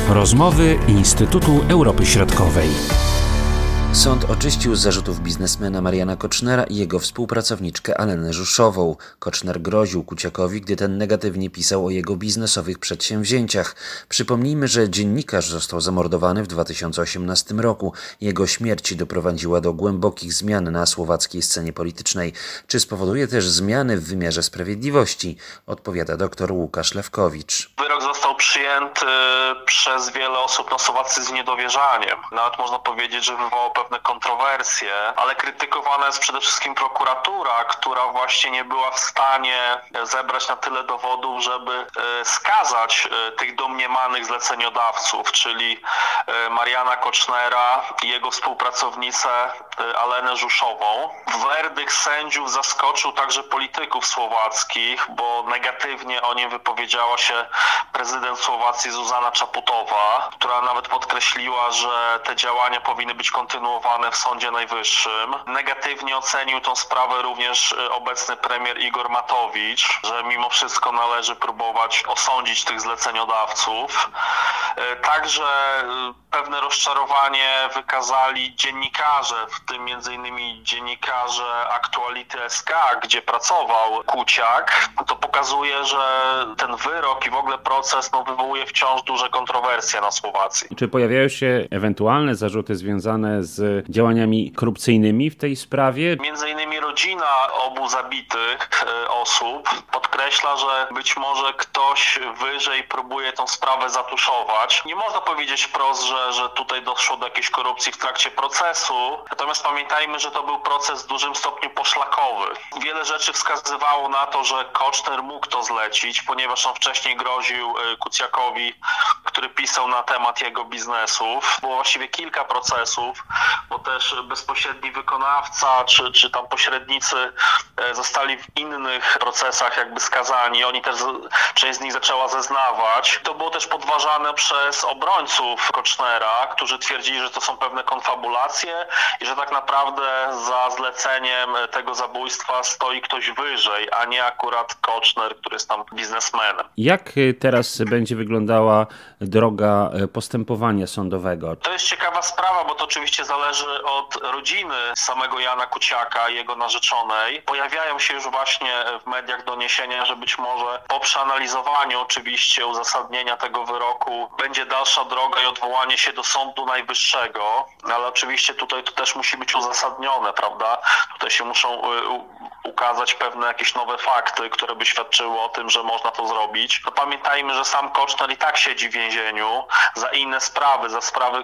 Rozmowy Instytutu Europy Środkowej. Sąd oczyścił z zarzutów biznesmena Mariana Kocznera i jego współpracowniczkę Alenę Żuszową. Koczner groził Kuciakowi, gdy ten negatywnie pisał o jego biznesowych przedsięwzięciach. Przypomnijmy, że dziennikarz został zamordowany w 2018 roku. Jego śmierć doprowadziła do głębokich zmian na słowackiej scenie politycznej. Czy spowoduje też zmiany w wymiarze sprawiedliwości? Odpowiada dr Łukasz Lewkowicz. Wyrok został przyjęty przez wiele osób na Słowacji z niedowierzaniem. Nawet można powiedzieć, że wywołał pewne kontrowersje, ale krytykowana jest przede wszystkim prokuratura, która właśnie nie była w stanie zebrać na tyle dowodów, żeby skazać tych domniemanych zleceniodawców, czyli Mariana Kocznera i jego współpracownicę Alenę Żuszową. Werdykt sędziów zaskoczył także polityków słowackich, bo negatywnie o nim wypowiedziała się prezydent Słowacji Zuzana Čaputová, która nawet podkreśliła, że te działania powinny być kontynuowane w Sądzie Najwyższym. Negatywnie ocenił tą sprawę również obecny premier Igor Matowicz, że mimo wszystko należy próbować osądzić tych zleceniodawców. Także pewne rozczarowanie wykazali dziennikarze, w tym m.in. dziennikarze Aktuality.sk, gdzie pracował Kuciak. To pokazuje, że ten wyrok i w ogóle proces wywołuje wciąż duże kontrowersje na Słowacji. Czy pojawiają się ewentualne zarzuty związane z działaniami korupcyjnymi w tej sprawie? Między innymi rodzina obu zabitych osób podkreśla, że być może ktoś wyżej próbuje tą sprawę zatuszować. Nie można powiedzieć wprost, że tutaj doszło do jakiejś korupcji w trakcie procesu, natomiast pamiętajmy, że to był proces w dużym stopniu poszlakowy. Wiele rzeczy wskazywało na to, że Koczner mógł to zlecić, ponieważ on wcześniej groził Kuciakowi, który pisał na temat jego biznesów. Było właściwie kilka procesów, bo też bezpośredni wykonawca czy tam pośrednicy zostali w innych procesach jakby skazani. Oni też, część z nich zaczęła zeznawać. To było też podważane przez obrońców Kocznera, którzy twierdzili, że to są pewne konfabulacje i że tak naprawdę za zleceniem tego zabójstwa stoi ktoś wyżej, a nie akurat Koczner, który jest tam biznesmenem. Jak teraz będzie wyglądała droga postępowania sądowego? To jest ciekawa sprawa, bo to oczywiście zależy od rodziny samego Jana Kuciaka i jego narzeczonej. Pojawiają się już właśnie w mediach doniesienia, że być może po przeanalizowaniu oczywiście uzasadnienia tego wyroku będzie dalsza droga i odwołanie się do Sądu Najwyższego, ale oczywiście tutaj to też musi być uzasadnione, prawda? Tutaj się muszą ukazać pewne jakieś nowe fakty, które by świadczyły o tym, że można to zrobić. No pamiętajmy, że sam Koczner i tak siedzi w więzieniu za inne sprawy, za sprawy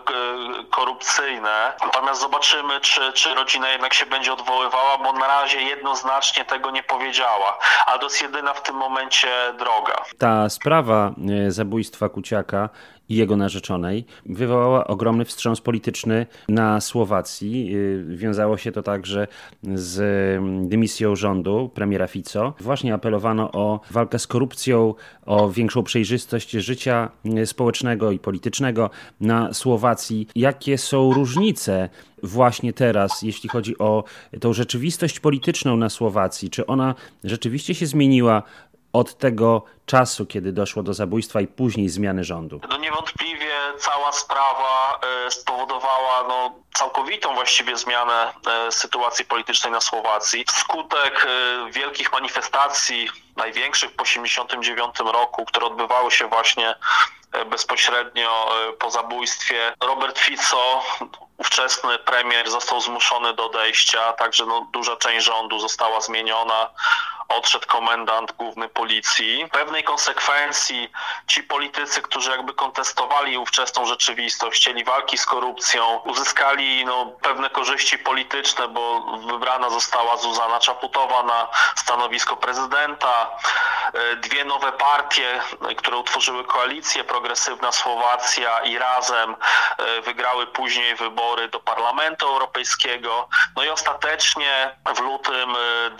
korupcyjne. Natomiast zobaczymy, czy rodzina jednak się będzie odwoływała, bo na razie jednoznacznie tego nie powiedziała. Ale to jest jedyna w tym momencie droga. Ta sprawa zabójstwa Kuciaka i jego narzeczonej wywołała ogromny wstrząs polityczny na Słowacji. Wiązało się to także z dymisją rządu premiera Fico. Właśnie apelowano o walkę z korupcją, o większą przejrzystość życia społecznego i politycznego na Słowacji. Jakie są różnice właśnie teraz, jeśli chodzi o tą rzeczywistość polityczną na Słowacji? Czy ona rzeczywiście się zmieniła od tego czasu, kiedy doszło do zabójstwa i później zmiany rządu? No niewątpliwie cała sprawa spowodowała całkowitą właściwie zmianę sytuacji politycznej na Słowacji. Wskutek wielkich manifestacji, największych po 1989 roku, które odbywały się właśnie bezpośrednio po zabójstwie, Robert Fico, ówczesny premier, został zmuszony do odejścia, także duża część rządu została zmieniona. Odszedł komendant główny policji. W pewnej konsekwencji ci politycy, którzy jakby kontestowali ówczesną rzeczywistość, chcieli walki z korupcją, uzyskali pewne korzyści polityczne, bo wybrana została Zuzana Čaputová na stanowisko prezydenta. Dwie nowe partie, które utworzyły koalicję, Progresywna Słowacja i Razem, wygrały później wybory do Parlamentu Europejskiego. No i ostatecznie w lutym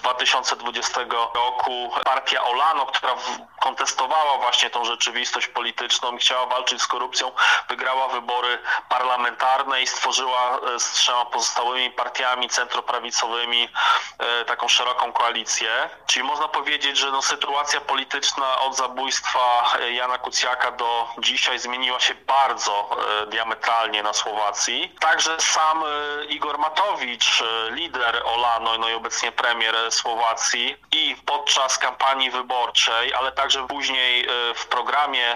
2020 roku partia Olano, która kontestowała właśnie tą rzeczywistość polityczną i chciała walczyć z korupcją, wygrała wybory parlamentarne i stworzyła z trzema pozostałymi partiami centroprawicowymi taką szeroką koalicję. Czyli można powiedzieć, że sytuacja polityczna od zabójstwa Jana Kuciaka do dzisiaj zmieniła się bardzo diametralnie na Słowacji. Także sam Igor Matowicz, lider Olano, no i obecnie premier Słowacji, i podczas kampanii wyborczej, ale także później w programie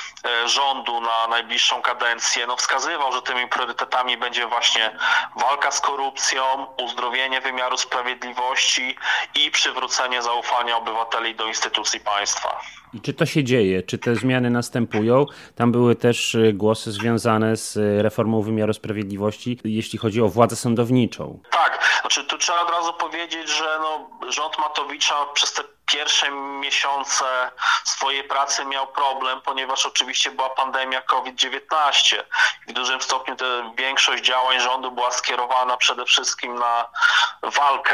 rządu na najbliższą kadencję, no wskazywał, że tymi priorytetami będzie właśnie walka z korupcją, uzdrowienie wymiaru sprawiedliwości i przywrócenie zaufania obywateli do instytucji państwa. I czy to się dzieje? Czy te zmiany następują? Tam były też głosy związane z reformą wymiaru sprawiedliwości, jeśli chodzi o władzę sądowniczą. Tak, znaczy tu trzeba od razu powiedzieć, że rząd Matowicza przez te pierwsze miesiące swojej pracy miał problem, ponieważ oczywiście była pandemia COVID-19. W dużym stopniu większość działań rządu była skierowana przede wszystkim na walkę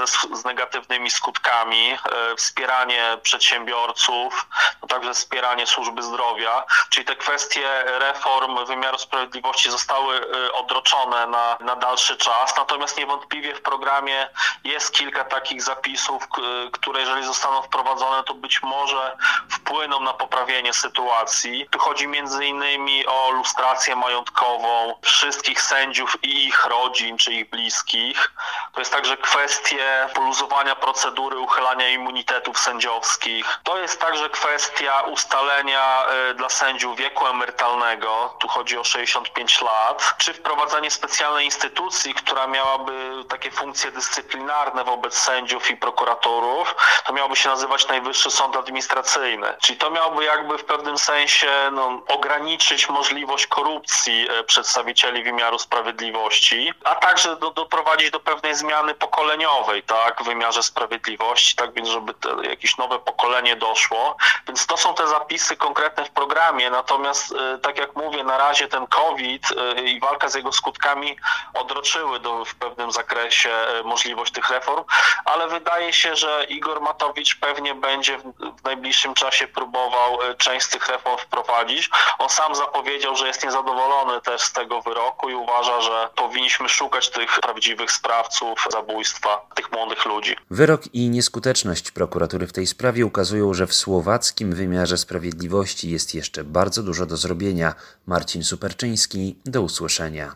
z negatywnymi skutkami, wspieranie przedsiębiorców, no także wspieranie służby zdrowia, czyli te kwestie reform wymiaru sprawiedliwości zostały odroczone na dalszy czas. Natomiast niewątpliwie w programie jest kilka takich zapisów, które jeżeli zostaną wprowadzone, to być może wpłyną na poprawienie sytuacji. Tu chodzi m.in. o lustrację majątkową wszystkich sędziów i ich rodzin, czy ich bliskich. To jest także kwestie poluzowania procedury uchylania immunitetów sędziowskich. To jest także kwestia ustalenia dla sędziów wieku emerytalnego. Tu chodzi o 65 lat. Czy wprowadzenie specjalnej instytucji, która miałaby takie funkcje dyscyplinarne wobec sędziów i prokuratorów. To miałoby się nazywać Najwyższy Sąd Administracyjny. Czyli to miałoby jakby w pewnym sensie ograniczyć możliwość korupcji przedstawicieli wymiaru sprawiedliwości, a także doprowadzić do pewnej zmiany pokoleniowej, tak, w wymiarze sprawiedliwości, tak więc żeby jakieś nowe pokolenie doszło. Więc to są te zapisy konkretne w programie, natomiast tak jak mówię, na razie ten COVID i walka z jego skutkami odroczyły w pewnym zakresie możliwość tych reform, ale wydaje się, że Igor Matowicz pewnie będzie w najbliższym czasie próbował część z tych reform wprowadzić. On sam zapowiedział, że jest niezadowolony też z tego wyroku i uważa, że powinniśmy szukać tych prawdziwych sprawców zabójstwa tych młodych ludzi. Wyrok i nieskuteczność prokuratury w tej sprawie ukazują, że w słowackim wymiarze sprawiedliwości jest jeszcze bardzo dużo do zrobienia. Marcin Superczyński, do usłyszenia.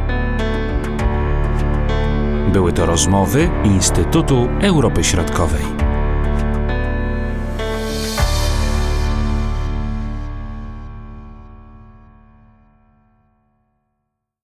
Były to rozmowy Instytutu Europy Środkowej.